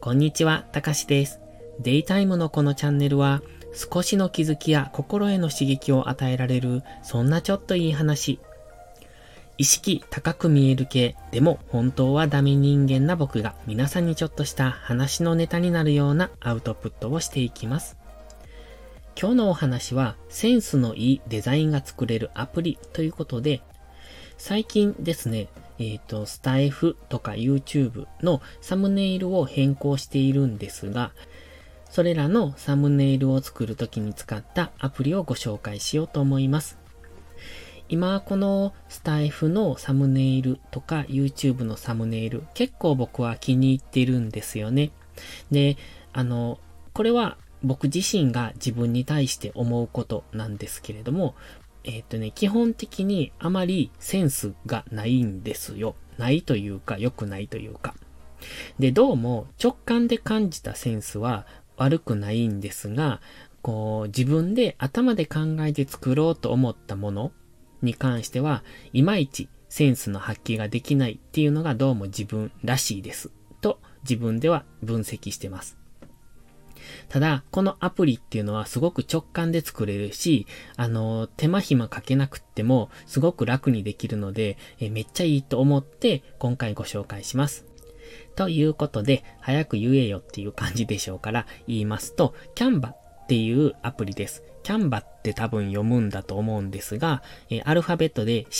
こんにちは、たかしです。デイタイムのこのチャンネルは、少しの気づきや心への刺激を与えられる、そんなちょっといい話。意識高く見える系、でも本当はダメ人間な僕が皆さんにちょっとした話のネタになるようなアウトプットをしていきます。今日のお話は、センスのいいデザインが作れるアプリということで、最近ですね、スタイフとか YouTube のサムネイルを変更しているんですが、それらのサムネイルを作るときに使ったアプリをご紹介しようと思います。今このスタイフのサムネイルとか YouTube のサムネイル結構僕は気に入ってるんですよね。で、これは僕自身が自分に対して思うことなんですけれども、基本的にあまりセンスがないんですよ。ないというか、良くないというか。で、どうも直感で感じたセンスは悪くないんですが、自分で頭で考えて作ろうと思ったものに関しては、いまいちセンスの発揮ができないっていうのがどうも自分らしいです。と自分では分析してます。ただ、このアプリっていうのはすごく直感で作れるし、手間暇かけなくってもすごく楽にできるので、めっちゃいいと思って今回ご紹介します。ということで、早く言えよっていう感じでしょうから言いますと、Canva っていうアプリです。Canva って多分読むんだと思うんですが、アルファベットで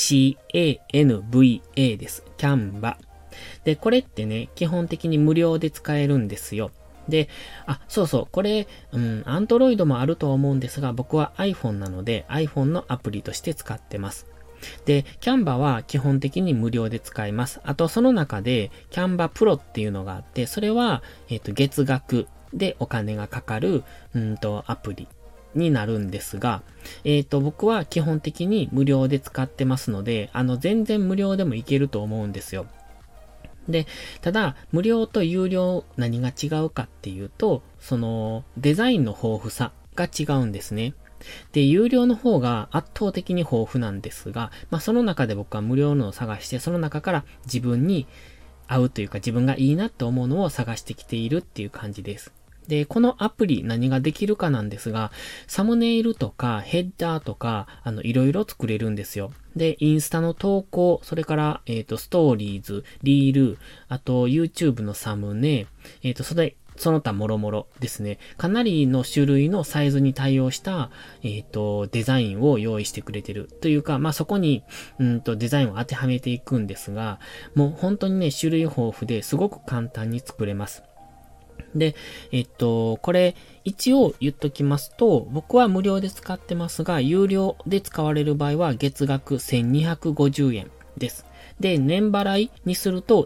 CANVA です。Canva。で、これってね、基本的に無料で使えるんですよ。で、そうそう、これ、Android もあると思うんですが、僕は iPhone なので iPhone のアプリとして使ってます。で、Canva は基本的に無料で使えます。あと、その中で Canva Pro っていうのがあって、それは、月額でお金がかかる、アプリになるんですが、僕は基本的に無料で使ってますので、全然無料でもいけると思うんですよ。で、ただ、無料と有料何が違うかっていうと、デザインの豊富さが違うんですね。で、有料の方が圧倒的に豊富なんですが、その中で僕は無料のを探して、その中から自分に合うというか自分がいいなと思うのを探してきているっていう感じです。で、このアプリ何ができるかなんですが、サムネイルとかヘッダーとか、いろいろ作れるんですよ。で、インスタの投稿、それから、ストーリーズ、リール、あと YouTube のサムネ、その他もろもろですね。かなりの種類のサイズに対応した、デザインを用意してくれてる。というか、そこに、デザインを当てはめていくんですが、もう本当にね、種類豊富ですごく簡単に作れます。で、これ、一応言っときますと、僕は無料で使ってますが、有料で使われる場合は月額1250円です。で、年払いにすると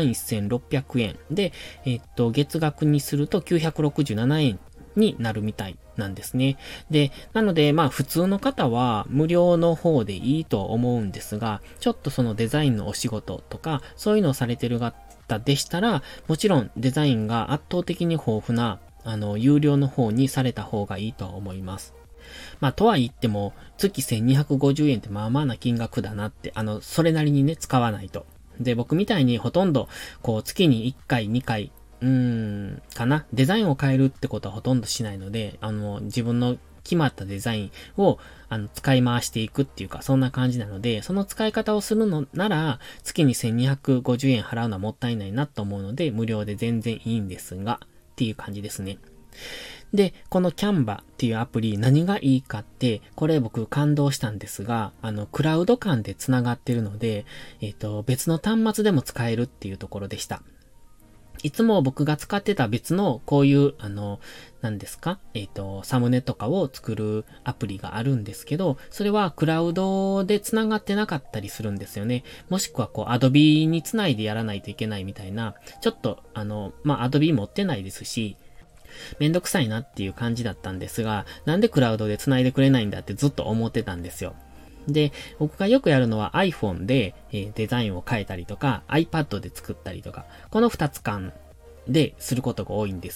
11,600円で、月額にすると967円になるみたいなんですね。で、なので、普通の方は無料の方でいいと思うんですが、ちょっとそのデザインのお仕事とか、そういうのをされてる方でしたら、もちろんデザインが圧倒的に豊富な、有料の方にされた方がいいと思います。とは言っても、月1250円ってまあまあな金額だなって、それなりにね、使わないと。で、僕みたいにほとんど、月に1回、2回、かな。デザインを変えるってことはほとんどしないので、自分の決まったデザインを、使い回していくっていうか、そんな感じなので、その使い方をするのなら、月に1250円払うのはもったいないなと思うので、無料で全然いいんですが、っていう感じですね。で、この Canva っていうアプリ何がいいかって、これ僕感動したんですが、クラウド間で繋がってるので、別の端末でも使えるっていうところでした。いつも僕が使ってた別のこういう、何ですかサムネとかを作るアプリがあるんですけど、それはクラウドで繋がってなかったりするんですよね。もしくはAdobe に繋いでやらないといけないみたいな、ちょっと、Adobe 持ってないですし、めんどくさいなっていう感じだったんですが、なんでクラウドで繋いでくれないんだってずっと思ってたんですよ。で、僕がよくやるのは iPhone で、デザインを変えたりとか、iPad で作ったりとか、この2つ間ですることが多いんですよ。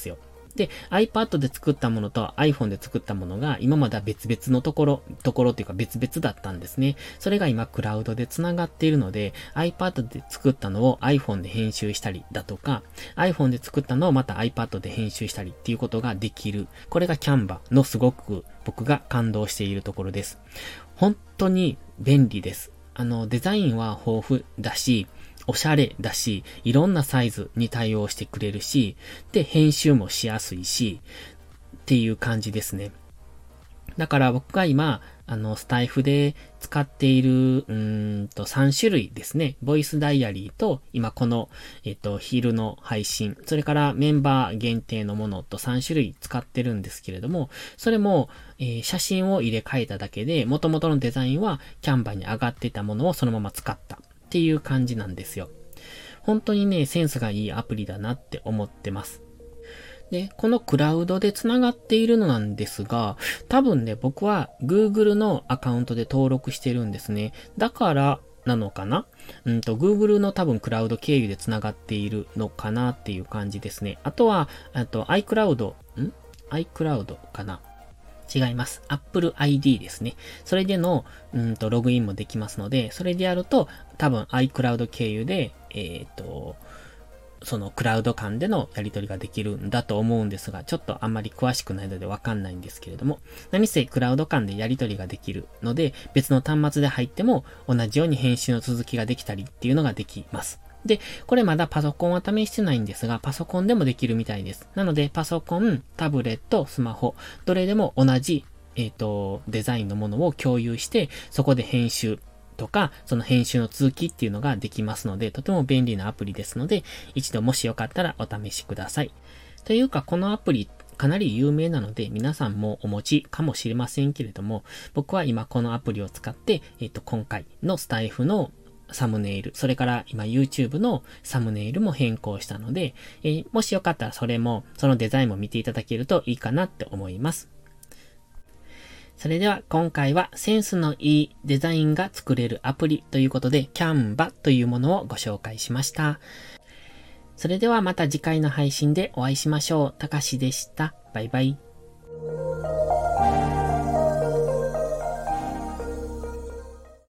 で、iPad で作ったものと iPhone で作ったものが今までは別々のところっていうか別々だったんですね。それが今クラウドで繋がっているので、iPad で作ったのを iPhone で編集したりだとか、iPhone で作ったのをまた iPad で編集したりっていうことができる。これが Canva のすごく僕が感動しているところです。本当に便利です。デザインは豊富だし、おしゃれだし、いろんなサイズに対応してくれるし、で、編集もしやすいし、っていう感じですね。だから僕が今、スタイフで使っている、3種類ですね。ボイスダイアリーと、今この、昼の配信、それからメンバー限定のものと3種類使ってるんですけれども、それも、写真を入れ替えただけで、元々のデザインはキャンバに上がってたものをそのまま使ったっていう感じなんですよ。本当にね、センスがいいアプリだなって思ってます。で、このクラウドで繋がっているのなんですが、多分ね、僕は Google のアカウントで登録してるんですね。だからなのかなGoogle の多分クラウド経由で繋がっているのかなっていう感じですね。あとは、iCloud かな違います。Apple ID ですね。それでの、ログインもできますので、それでやると、多分 iCloud 経由で、そのクラウド間でのやり取りができるんだと思うんですが、ちょっとあんまり詳しくないのでわかんないんですけれども、何せクラウド間でやり取りができるので、別の端末で入っても同じように編集の続きができたりっていうのができます。で、これまだパソコンは試してないんですが、パソコンでもできるみたいです。なので、パソコン、タブレット、スマホ、どれでも同じ、デザインのものを共有して、そこで編集、とか、その編集の続きっていうのができますので、とても便利なアプリですので、一度もしよかったらお試しください。というか、このアプリ、かなり有名なので、皆さんもお持ちかもしれませんけれども、僕は今このアプリを使って、今回のスタイフのサムネイル、それから今 YouTube のサムネイルも変更したので、もしよかったらそれも、そのデザインも見ていただけるといいかなって思います。それでは今回はセンスのいいデザインが作れるアプリということで Canva というものをご紹介しました。それではまた次回の配信でお会いしましょう。たかしでした。バイバイ。